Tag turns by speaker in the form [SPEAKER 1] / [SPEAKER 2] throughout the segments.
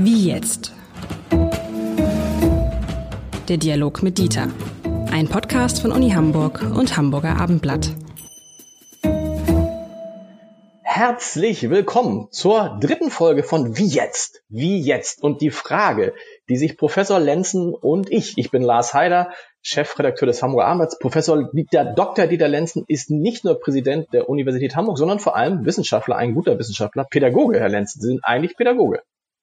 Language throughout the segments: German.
[SPEAKER 1] Wie jetzt? Der Dialog mit Dieter. Ein Podcast von Uni Hamburg und Hamburger Abendblatt.
[SPEAKER 2] Herzlich willkommen zur dritten Folge von Wie jetzt? Wie jetzt? Und die Frage, die sich Professor Lenzen und ich bin Lars Heider, Chefredakteur des Hamburger Abendblatts. Dr. Dieter Lenzen ist nicht nur Präsident der Universität Hamburg, sondern vor allem Wissenschaftler, ein guter Wissenschaftler, Pädagoge, Herr Lenzen. Sie sind eigentlich Pädagoge.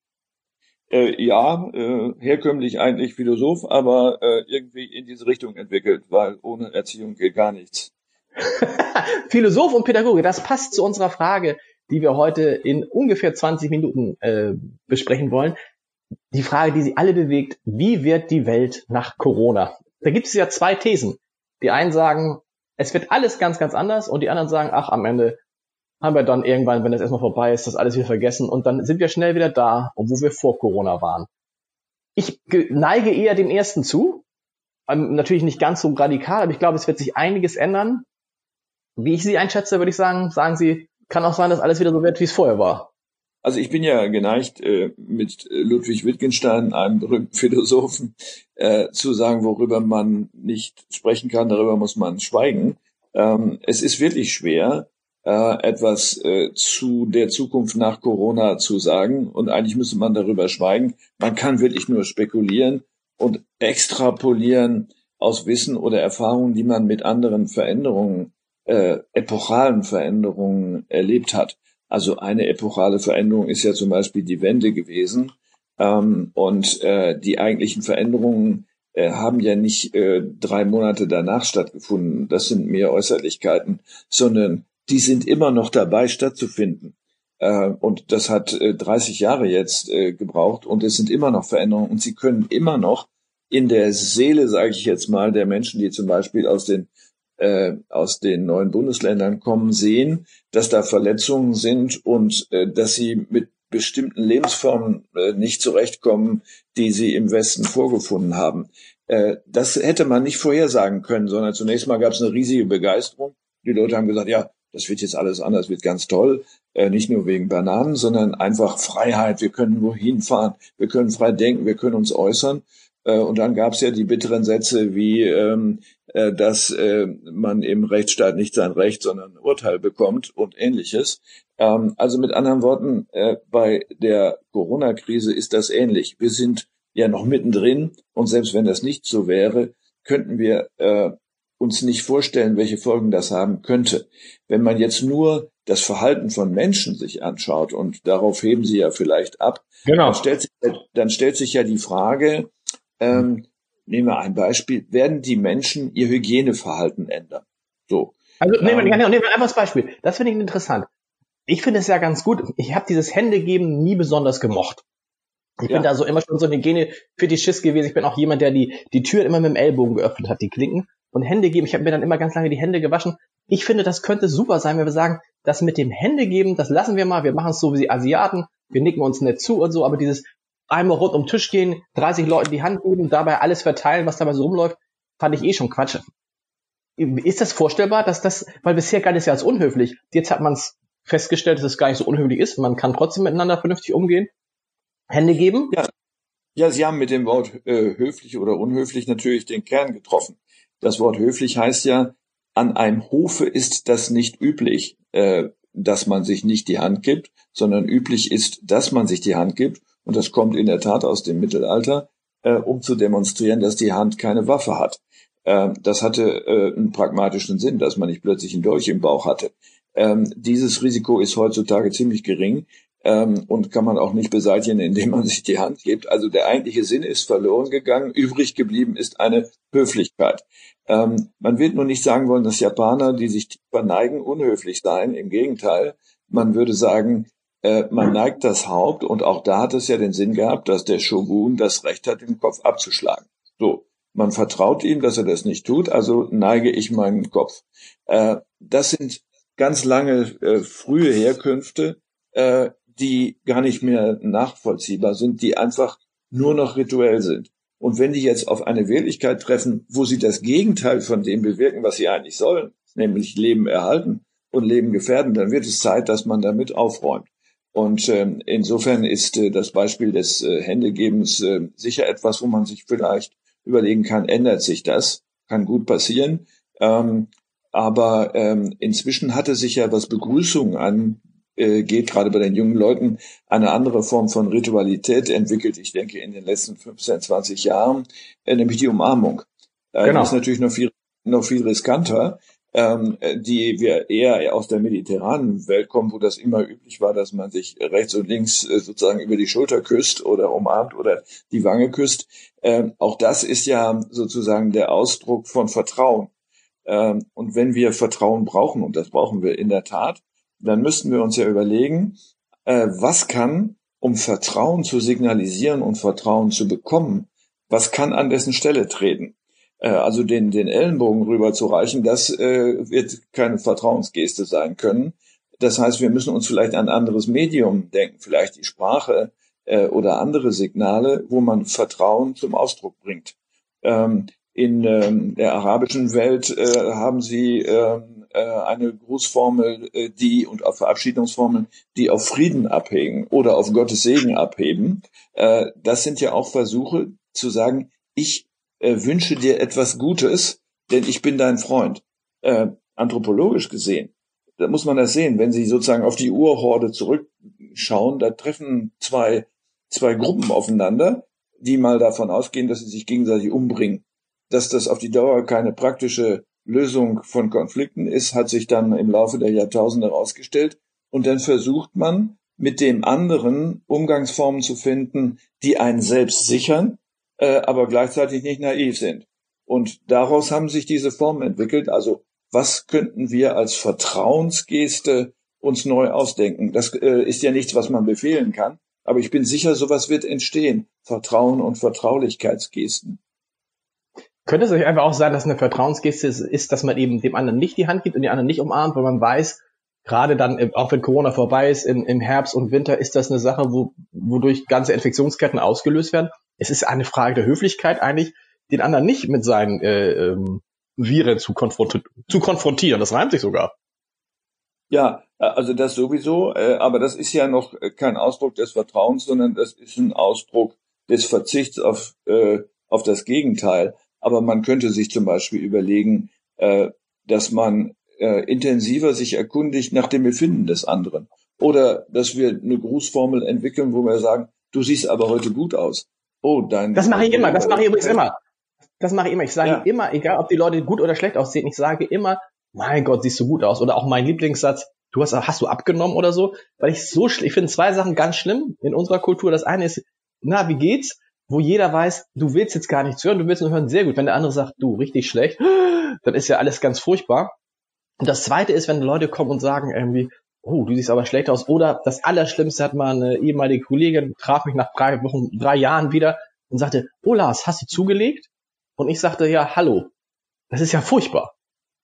[SPEAKER 3] Herkömmlich eigentlich Philosoph, aber irgendwie in diese Richtung entwickelt, weil ohne Erziehung geht gar nichts.
[SPEAKER 2] Philosoph und Pädagoge, das passt zu unserer Frage, die wir heute in ungefähr 20 Minuten besprechen wollen. Die Frage, die Sie alle bewegt: Wie wird die Welt nach Corona? Da gibt es ja zwei Thesen. Die einen sagen, es wird alles ganz, ganz anders, und die anderen sagen, ach, am Ende haben wir dann irgendwann, wenn das erstmal vorbei ist, das alles wieder vergessen, und dann sind wir schnell wieder da, wo wir vor Corona waren. Ich neige eher dem ersten zu. Natürlich nicht ganz so radikal, aber ich glaube, es wird sich einiges ändern. Wie ich Sie einschätze, würde ich sagen Sie, kann auch sein, dass alles wieder so wird, wie es vorher war.
[SPEAKER 3] Also ich bin ja geneigt, mit Ludwig Wittgenstein, einem berühmten Philosophen, zu sagen, worüber man nicht sprechen kann, darüber muss man schweigen. Es ist wirklich schwer, etwas zu der Zukunft nach Corona zu sagen, und eigentlich müsste man darüber schweigen. Man kann wirklich nur spekulieren und extrapolieren aus Wissen oder Erfahrungen, die man mit anderen Veränderungen, epochalen Veränderungen erlebt hat. Also eine epochale Veränderung ist ja zum Beispiel die Wende gewesen, und die eigentlichen Veränderungen haben ja nicht 3 Monate danach stattgefunden. Das sind mehr Äußerlichkeiten, sondern die sind immer noch dabei stattzufinden. Und das hat 30 Jahre jetzt gebraucht, und es sind immer noch Veränderungen, und sie können immer noch in der Seele, sage ich jetzt mal, der Menschen, die zum Beispiel aus den neuen Bundesländern kommen, sehen, dass da Verletzungen sind und dass sie mit bestimmten Lebensformen nicht zurechtkommen, die sie im Westen vorgefunden haben. Das hätte man nicht vorhersagen können, sondern zunächst mal gab es eine riesige Begeisterung. Die Leute haben gesagt, ja, das wird jetzt alles anders, wird ganz toll. Nicht nur wegen Bananen, sondern einfach Freiheit. Wir können wohin fahren, wir können frei denken, wir können uns äußern. Und dann gab es ja die bitteren Sätze wie, dass man im Rechtsstaat nicht sein Recht, sondern ein Urteil bekommt und Ähnliches. Also mit anderen Worten, bei der Corona-Krise ist das ähnlich. Wir sind ja noch mittendrin, und selbst wenn das nicht so wäre, könnten wir uns nicht vorstellen, welche Folgen das haben könnte. Wenn man jetzt nur das Verhalten von Menschen sich anschaut, und darauf heben Sie ja vielleicht ab, genau, dann stellt sich ja die Frage, nehmen wir ein Beispiel: Werden die Menschen ihr Hygieneverhalten ändern? So.
[SPEAKER 2] Also nehmen wir einfach das Beispiel. Das finde ich interessant. Ich finde es ja ganz gut. Ich habe dieses Händegeben nie besonders gemocht. Ich bin da so immer schon so ein Hygiene-Fetischist gewesen. Ich bin auch jemand, der die Türen immer mit dem Ellbogen geöffnet hat, die Klinken. Und Händegeben, ich habe mir dann immer ganz lange die Hände gewaschen. Ich finde, das könnte super sein, wenn wir sagen, das mit dem Händegeben, das lassen wir mal. Wir machen es so wie die Asiaten. Wir nicken uns nett zu und so. Aber dieses einmal rund um den Tisch gehen, 30 Leuten die Hand geben, dabei alles verteilen, was dabei so rumläuft, fand ich schon Quatsch. Ist das vorstellbar, dass das, weil bisher galt es ja als unhöflich. Jetzt hat man es festgestellt, dass es gar nicht so unhöflich ist. Man kann trotzdem miteinander vernünftig umgehen. Hände geben?
[SPEAKER 3] Ja, Sie haben mit dem Wort höflich oder unhöflich natürlich den Kern getroffen. Das Wort höflich heißt ja, an einem Hofe ist das nicht üblich, dass man sich nicht die Hand gibt, sondern üblich ist, dass man sich die Hand gibt. Und das kommt in der Tat aus dem Mittelalter, um zu demonstrieren, dass die Hand keine Waffe hat. Das hatte einen pragmatischen Sinn, dass man nicht plötzlich einen Dolch im Bauch hatte. Dieses Risiko ist heutzutage ziemlich gering, und kann man auch nicht beseitigen, indem man sich die Hand gibt. Also der eigentliche Sinn ist verloren gegangen. Übrig geblieben ist eine Höflichkeit. Man wird nur nicht sagen wollen, dass Japaner, die sich tiefer neigen, unhöflich seien. Im Gegenteil, man würde sagen, man neigt das Haupt, und auch da hat es ja den Sinn gehabt, dass der Shogun das Recht hat, den Kopf abzuschlagen. So, man vertraut ihm, dass er das nicht tut, also neige ich meinen Kopf. Das sind ganz lange frühe Herkünfte, die gar nicht mehr nachvollziehbar sind, die einfach nur noch rituell sind. Und wenn die jetzt auf eine Wirklichkeit treffen, wo sie das Gegenteil von dem bewirken, was sie eigentlich sollen, nämlich Leben erhalten und Leben gefährden, dann wird es Zeit, dass man damit aufräumt. Und insofern ist das Beispiel des Händegebens sicher etwas, wo man sich vielleicht überlegen kann, ändert sich das? Kann gut passieren. Aber inzwischen hatte sich ja, was Begrüßung angeht, gerade bei den jungen Leuten, eine andere Form von Ritualität entwickelt, ich denke in den letzten 15, 20 Jahren, nämlich die Umarmung.
[SPEAKER 2] Genau.
[SPEAKER 3] Die ist natürlich noch viel riskanter, die wir eher aus der mediterranen Welt kommen, wo das immer üblich war, dass man sich rechts und links sozusagen über die Schulter küsst oder umarmt oder die Wange küsst. Auch das ist ja sozusagen der Ausdruck von Vertrauen. Und wenn wir Vertrauen brauchen, und das brauchen wir in der Tat, dann müssten wir uns ja überlegen, was kann, um Vertrauen zu signalisieren und Vertrauen zu bekommen, was kann an dessen Stelle treten? Also den Ellenbogen rüberzureichen, das wird keine Vertrauensgeste sein können. Das heißt, wir müssen uns vielleicht an ein anderes Medium denken, vielleicht die Sprache oder andere Signale, wo man Vertrauen zum Ausdruck bringt. In der arabischen Welt haben sie eine Grußformel, und auf Verabschiedungsformeln, die auf Frieden abhängen oder auf Gottes Segen abheben. Das sind ja auch Versuche zu sagen, ich wünsche dir etwas Gutes, denn ich bin dein Freund. Anthropologisch gesehen, da muss man das sehen, wenn Sie sozusagen auf die Urhorde zurückschauen, da treffen zwei Gruppen aufeinander, die mal davon ausgehen, dass sie sich gegenseitig umbringen. Dass das auf die Dauer keine praktische Lösung von Konflikten ist, hat sich dann im Laufe der Jahrtausende herausgestellt. Und dann versucht man, mit dem anderen Umgangsformen zu finden, die einen selbst sichern, aber gleichzeitig nicht naiv sind. Und daraus haben sich diese Formen entwickelt. Also was könnten wir als Vertrauensgeste uns neu ausdenken? Das ist ja nichts, was man befehlen kann. Aber ich bin sicher, sowas wird entstehen. Vertrauen und Vertraulichkeitsgesten.
[SPEAKER 2] Könnte es euch einfach auch sein, dass eine Vertrauensgeste ist, dass man eben dem anderen nicht die Hand gibt und den anderen nicht umarmt, weil man weiß, gerade dann, auch wenn Corona vorbei ist, im Herbst und Winter, ist das eine Sache, wodurch ganze Infektionsketten ausgelöst werden. Es ist eine Frage der Höflichkeit eigentlich, den anderen nicht mit seinen Viren zu konfrontieren. Das reimt sich sogar.
[SPEAKER 3] Ja, also das sowieso, aber das ist ja noch kein Ausdruck des Vertrauens, sondern das ist ein Ausdruck des Verzichts auf das Gegenteil. Aber man könnte sich zum Beispiel überlegen, dass man intensiver sich erkundigt nach dem Befinden des anderen. Oder dass wir eine Grußformel entwickeln, wo wir sagen, du siehst aber heute gut aus. Oh, das mache ich immer, das mache ich übrigens immer. Ich sage immer, egal ob die Leute gut oder schlecht aussehen, ich sage immer, mein Gott, siehst du gut aus. Oder auch mein Lieblingssatz, hast du abgenommen oder so? Weil ich finde zwei Sachen ganz schlimm in unserer Kultur. Das eine ist, na, wie geht's? Wo jeder weiß, du willst jetzt gar nichts hören, du willst nur hören, sehr gut. Wenn der andere sagt, du, richtig schlecht, dann ist ja alles ganz furchtbar. Und das zweite ist, wenn Leute kommen und sagen irgendwie, oh, du siehst aber schlecht aus. Oder das Allerschlimmste hat mal eine ehemalige Kollegin, traf mich nach 3 Jahren wieder und sagte, oh Lars, hast du zugelegt? Und ich sagte, ja, hallo. Das ist ja furchtbar.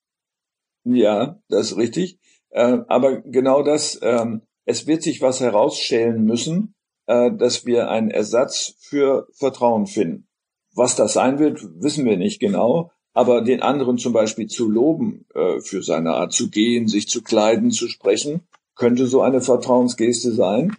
[SPEAKER 3] Ja, das ist richtig. Aber genau das, es wird sich was herausstellen müssen, dass wir einen Ersatz für Vertrauen finden. Was das sein wird, wissen wir nicht genau. Aber den anderen zum Beispiel zu loben, für seine Art zu gehen, sich zu kleiden, zu sprechen, könnte so eine Vertrauensgeste sein,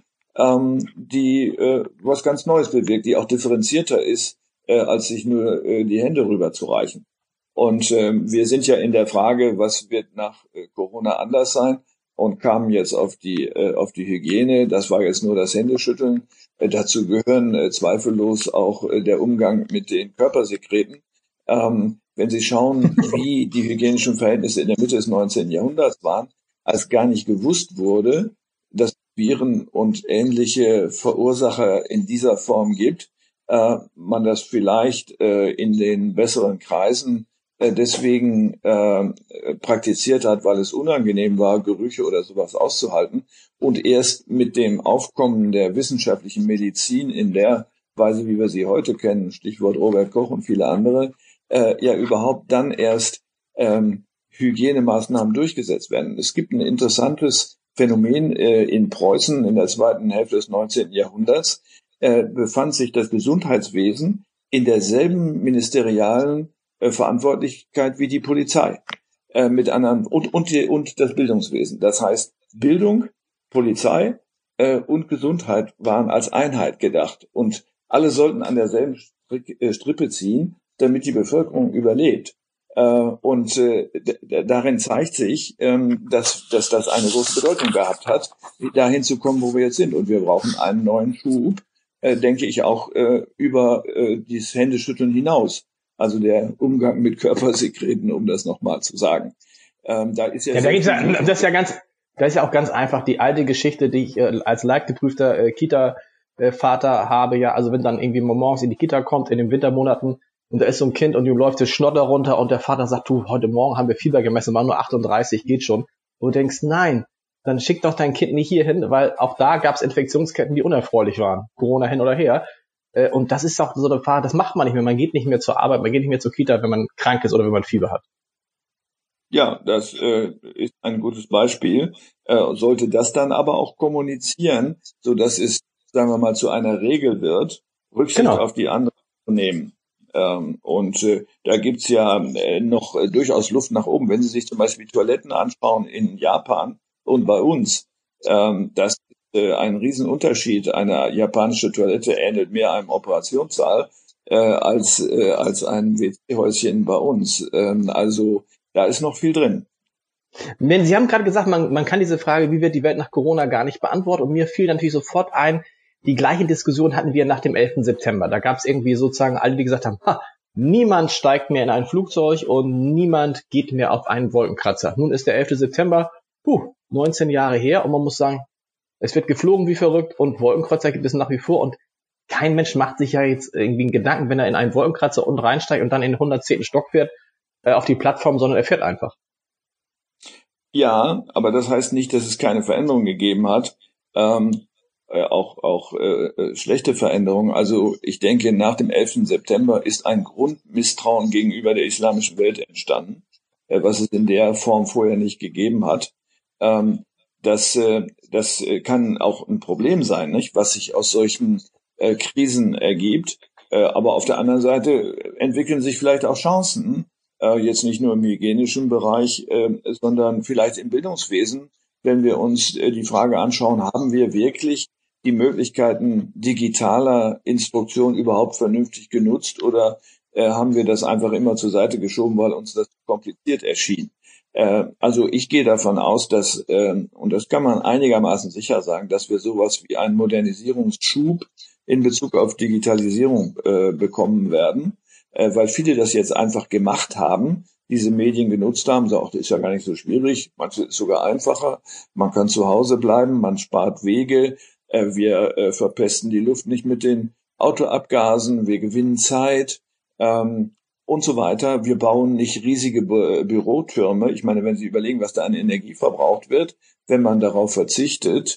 [SPEAKER 3] die was ganz Neues bewirkt, die auch differenzierter ist, als sich nur die Hände rüberzureichen. Und wir sind ja in der Frage, was wird nach Corona anders sein, und kamen jetzt auf die Hygiene. Das war jetzt nur das Händeschütteln. Dazu gehören zweifellos auch der Umgang mit den Körpersekreten. Wenn Sie schauen, wie die hygienischen Verhältnisse in der Mitte des 19. Jahrhunderts waren, als gar nicht gewusst wurde, dass es Viren und ähnliche Verursacher in dieser Form gibt, man das vielleicht in den besseren Kreisen deswegen praktiziert hat, weil es unangenehm war, Gerüche oder sowas auszuhalten. Und erst mit dem Aufkommen der wissenschaftlichen Medizin in der Weise, wie wir sie heute kennen, Stichwort Robert Koch und viele andere, ja überhaupt dann erst Hygienemaßnahmen durchgesetzt werden. Es gibt ein interessantes Phänomen in Preußen in der zweiten Hälfte des 19. Jahrhunderts. Befand sich das Gesundheitswesen in derselben ministerialen Verantwortlichkeit wie die Polizei mit anderen und das Bildungswesen. Das heißt Bildung, Polizei, und Gesundheit waren als Einheit gedacht. Und alle sollten an derselben Strippe ziehen, damit die Bevölkerung überlebt. Darin zeigt sich, dass das eine große Bedeutung gehabt hat, dahin zu kommen, wo wir jetzt sind. Und wir brauchen einen neuen Schub, denke ich, auch über dieses Händeschütteln hinaus. Also der Umgang mit Körpersekreten, um das nochmal zu sagen.
[SPEAKER 2] Das ist ja auch ganz einfach die alte Geschichte, die ich als leidgeprüfter Kita-Vater habe. Ja, also wenn dann irgendwie morgens in die Kita kommt, in den Wintermonaten, und da ist so ein Kind und ihm läuft das Schnotter runter und der Vater sagt, du, heute Morgen haben wir Fieber gemessen, war nur 38, geht schon. Und du denkst, nein, dann schick doch dein Kind nicht hier hin, weil auch da gab es Infektionsketten, die unerfreulich waren. Corona hin oder her. Und das ist auch so eine Frage, das macht man nicht mehr. Man geht nicht mehr zur Arbeit, man geht nicht mehr zur Kita, wenn man krank ist oder wenn man Fieber hat.
[SPEAKER 3] Ja, das ist ein gutes Beispiel. Sollte das dann aber auch kommunizieren, so dass es, sagen wir mal, zu einer Regel wird, Rücksicht auf die anderen zu nehmen. Da gibt's ja noch durchaus Luft nach oben. Wenn Sie sich zum Beispiel Toiletten anschauen in Japan und bei uns, das ist ein Riesenunterschied. Eine japanische Toilette ähnelt mehr einem Operationssaal als einem WC-Häuschen bei uns. Also da ist noch viel drin.
[SPEAKER 2] Denn Sie haben gerade gesagt, man kann diese Frage, wie wird die Welt nach Corona, gar nicht beantworten. Und mir fiel natürlich sofort ein, die gleiche Diskussion hatten wir nach dem 11. September. Da gab es irgendwie sozusagen alle, die gesagt haben, niemand steigt mehr in ein Flugzeug und niemand geht mehr auf einen Wolkenkratzer. Nun ist der 11. September, 19 Jahre her und man muss sagen, es wird geflogen wie verrückt und Wolkenkratzer gibt es nach wie vor und kein Mensch macht sich ja jetzt irgendwie einen Gedanken, wenn er in einen Wolkenkratzer und reinsteigt und dann in den 110. Stock fährt, auf die Plattform, sondern er fährt einfach.
[SPEAKER 3] Ja, aber das heißt nicht, dass es keine Veränderung gegeben hat. Auch schlechte Veränderungen. Also ich denke, nach dem 11. September ist ein Grundmisstrauen gegenüber der islamischen Welt entstanden, was es in der Form vorher nicht gegeben hat. Das kann auch ein Problem sein, nicht, was sich aus solchen Krisen ergibt. Aber auf der anderen Seite entwickeln sich vielleicht auch Chancen, jetzt nicht nur im hygienischen Bereich, sondern vielleicht im Bildungswesen, wenn wir uns die Frage anschauen, haben wir wirklich die Möglichkeiten digitaler Instruktion überhaupt vernünftig genutzt oder haben wir das einfach immer zur Seite geschoben, weil uns das kompliziert erschien? Also ich gehe davon aus, dass, und das kann man einigermaßen sicher sagen, dass wir sowas wie einen Modernisierungsschub in Bezug auf Digitalisierung bekommen werden, weil viele das jetzt einfach gemacht haben, diese Medien genutzt haben, so, das ist ja gar nicht so schwierig, manches ist sogar einfacher, man kann zu Hause bleiben, man spart Wege, wir verpesten die Luft nicht mit den Autoabgasen, wir gewinnen Zeit und so weiter. Wir bauen nicht riesige Bürotürme. Ich meine, wenn Sie überlegen, was da an Energie verbraucht wird, wenn man darauf verzichtet,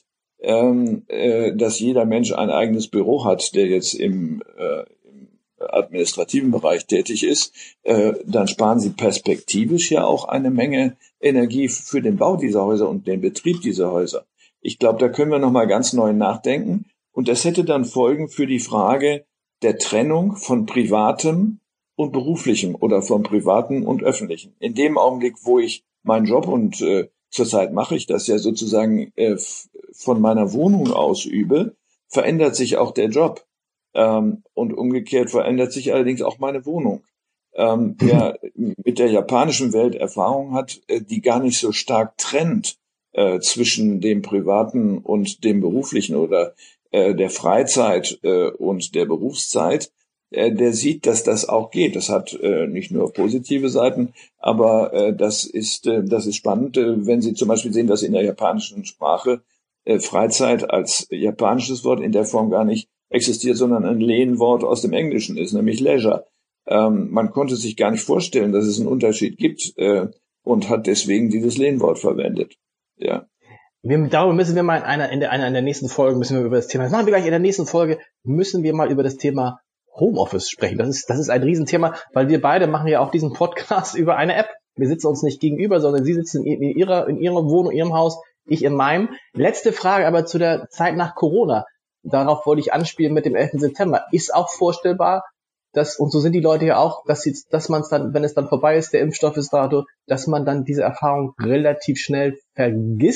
[SPEAKER 3] dass jeder Mensch ein eigenes Büro hat, der jetzt im administrativen Bereich tätig ist, dann sparen Sie perspektivisch ja auch eine Menge Energie für den Bau dieser Häuser und den Betrieb dieser Häuser. Ich glaube, da können wir nochmal ganz neu nachdenken. Und das hätte dann Folgen für die Frage der Trennung von Privatem und Beruflichem oder von Privaten und Öffentlichen. In dem Augenblick, wo ich meinen Job, und zurzeit mache ich das ja sozusagen von meiner Wohnung ausübe, verändert sich auch der Job. Und umgekehrt verändert sich allerdings auch meine Wohnung. Wer mit der japanischen Welt Erfahrung hat, die gar nicht so stark trennt, zwischen dem Privaten und dem Beruflichen oder der Freizeit und der Berufszeit, der sieht, dass das auch geht. Das hat nicht nur positive Seiten, aber das ist spannend, wenn Sie zum Beispiel sehen, dass in der japanischen Sprache Freizeit als japanisches Wort in der Form gar nicht existiert, sondern ein Lehnwort aus dem Englischen ist, nämlich Leisure. Man konnte sich gar nicht vorstellen, dass es einen Unterschied gibt und hat deswegen dieses Lehnwort verwendet. Ja.
[SPEAKER 2] Darüber müssen wir mal in einer der nächsten Folgen müssen wir über das Thema. Das machen wir gleich in der nächsten Folge. Müssen wir mal über das Thema Homeoffice sprechen. Das ist ein Riesenthema, weil wir beide machen ja auch diesen Podcast über eine App. Wir sitzen uns nicht gegenüber, sondern Sie sitzen in Ihrer Wohnung, in Ihrem Haus, ich in meinem. Letzte Frage aber zu der Zeit nach Corona. Darauf wollte ich anspielen mit dem 11. September. Ist auch vorstellbar, und so sind die Leute ja auch, dass man es dann, wenn es dann vorbei ist, der Impfstoff ist da, dass man dann diese Erfahrung relativ schnell vergisst?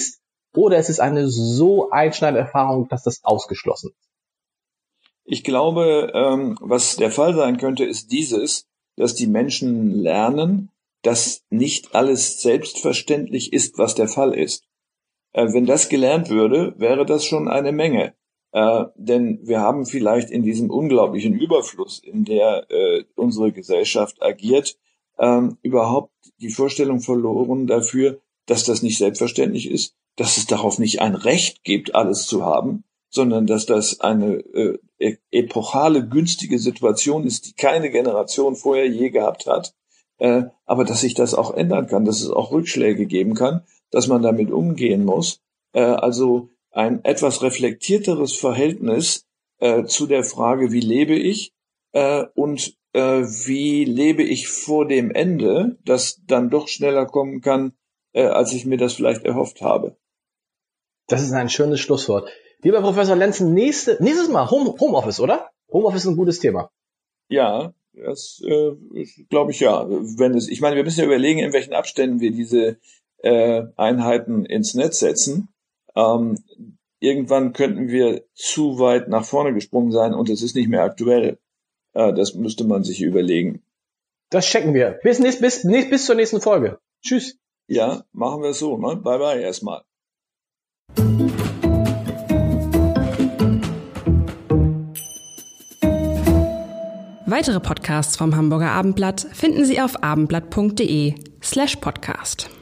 [SPEAKER 2] oder ist es eine so einschneidende Erfahrung, dass das ausgeschlossen ist?
[SPEAKER 3] Ich glaube, was der Fall sein könnte, ist dass die Menschen lernen, dass nicht alles selbstverständlich ist, was der Fall ist. Wenn das gelernt würde, wäre das schon eine Menge. Denn wir haben vielleicht in diesem unglaublichen Überfluss, in der unsere Gesellschaft agiert, überhaupt die Vorstellung verloren dafür, dass das nicht selbstverständlich ist, dass es darauf nicht ein Recht gibt, alles zu haben, sondern dass das eine epochale, günstige Situation ist, die keine Generation vorher je gehabt hat, aber dass sich das auch ändern kann, dass es auch Rückschläge geben kann, dass man damit umgehen muss. Also ein etwas reflektierteres Verhältnis zu der Frage, wie lebe ich und wie lebe ich vor dem Ende, das dann doch schneller kommen kann, als ich mir das vielleicht erhofft habe.
[SPEAKER 2] Das ist ein schönes Schlusswort. Lieber Professor Lenzen, nächstes Mal Homeoffice, oder? Homeoffice ist ein gutes Thema.
[SPEAKER 3] Ja, das glaube ich ja. Ich meine, wir müssen ja überlegen, in welchen Abständen wir diese Einheiten ins Netz setzen. Irgendwann könnten wir zu weit nach vorne gesprungen sein und es ist nicht mehr aktuell. Das müsste man sich überlegen.
[SPEAKER 2] Das checken wir. Bis zur nächsten Folge. Tschüss.
[SPEAKER 3] Ja, machen wir es so. Ne? Bye bye erstmal.
[SPEAKER 1] Weitere Podcasts vom Hamburger Abendblatt finden Sie auf abendblatt.de/podcast.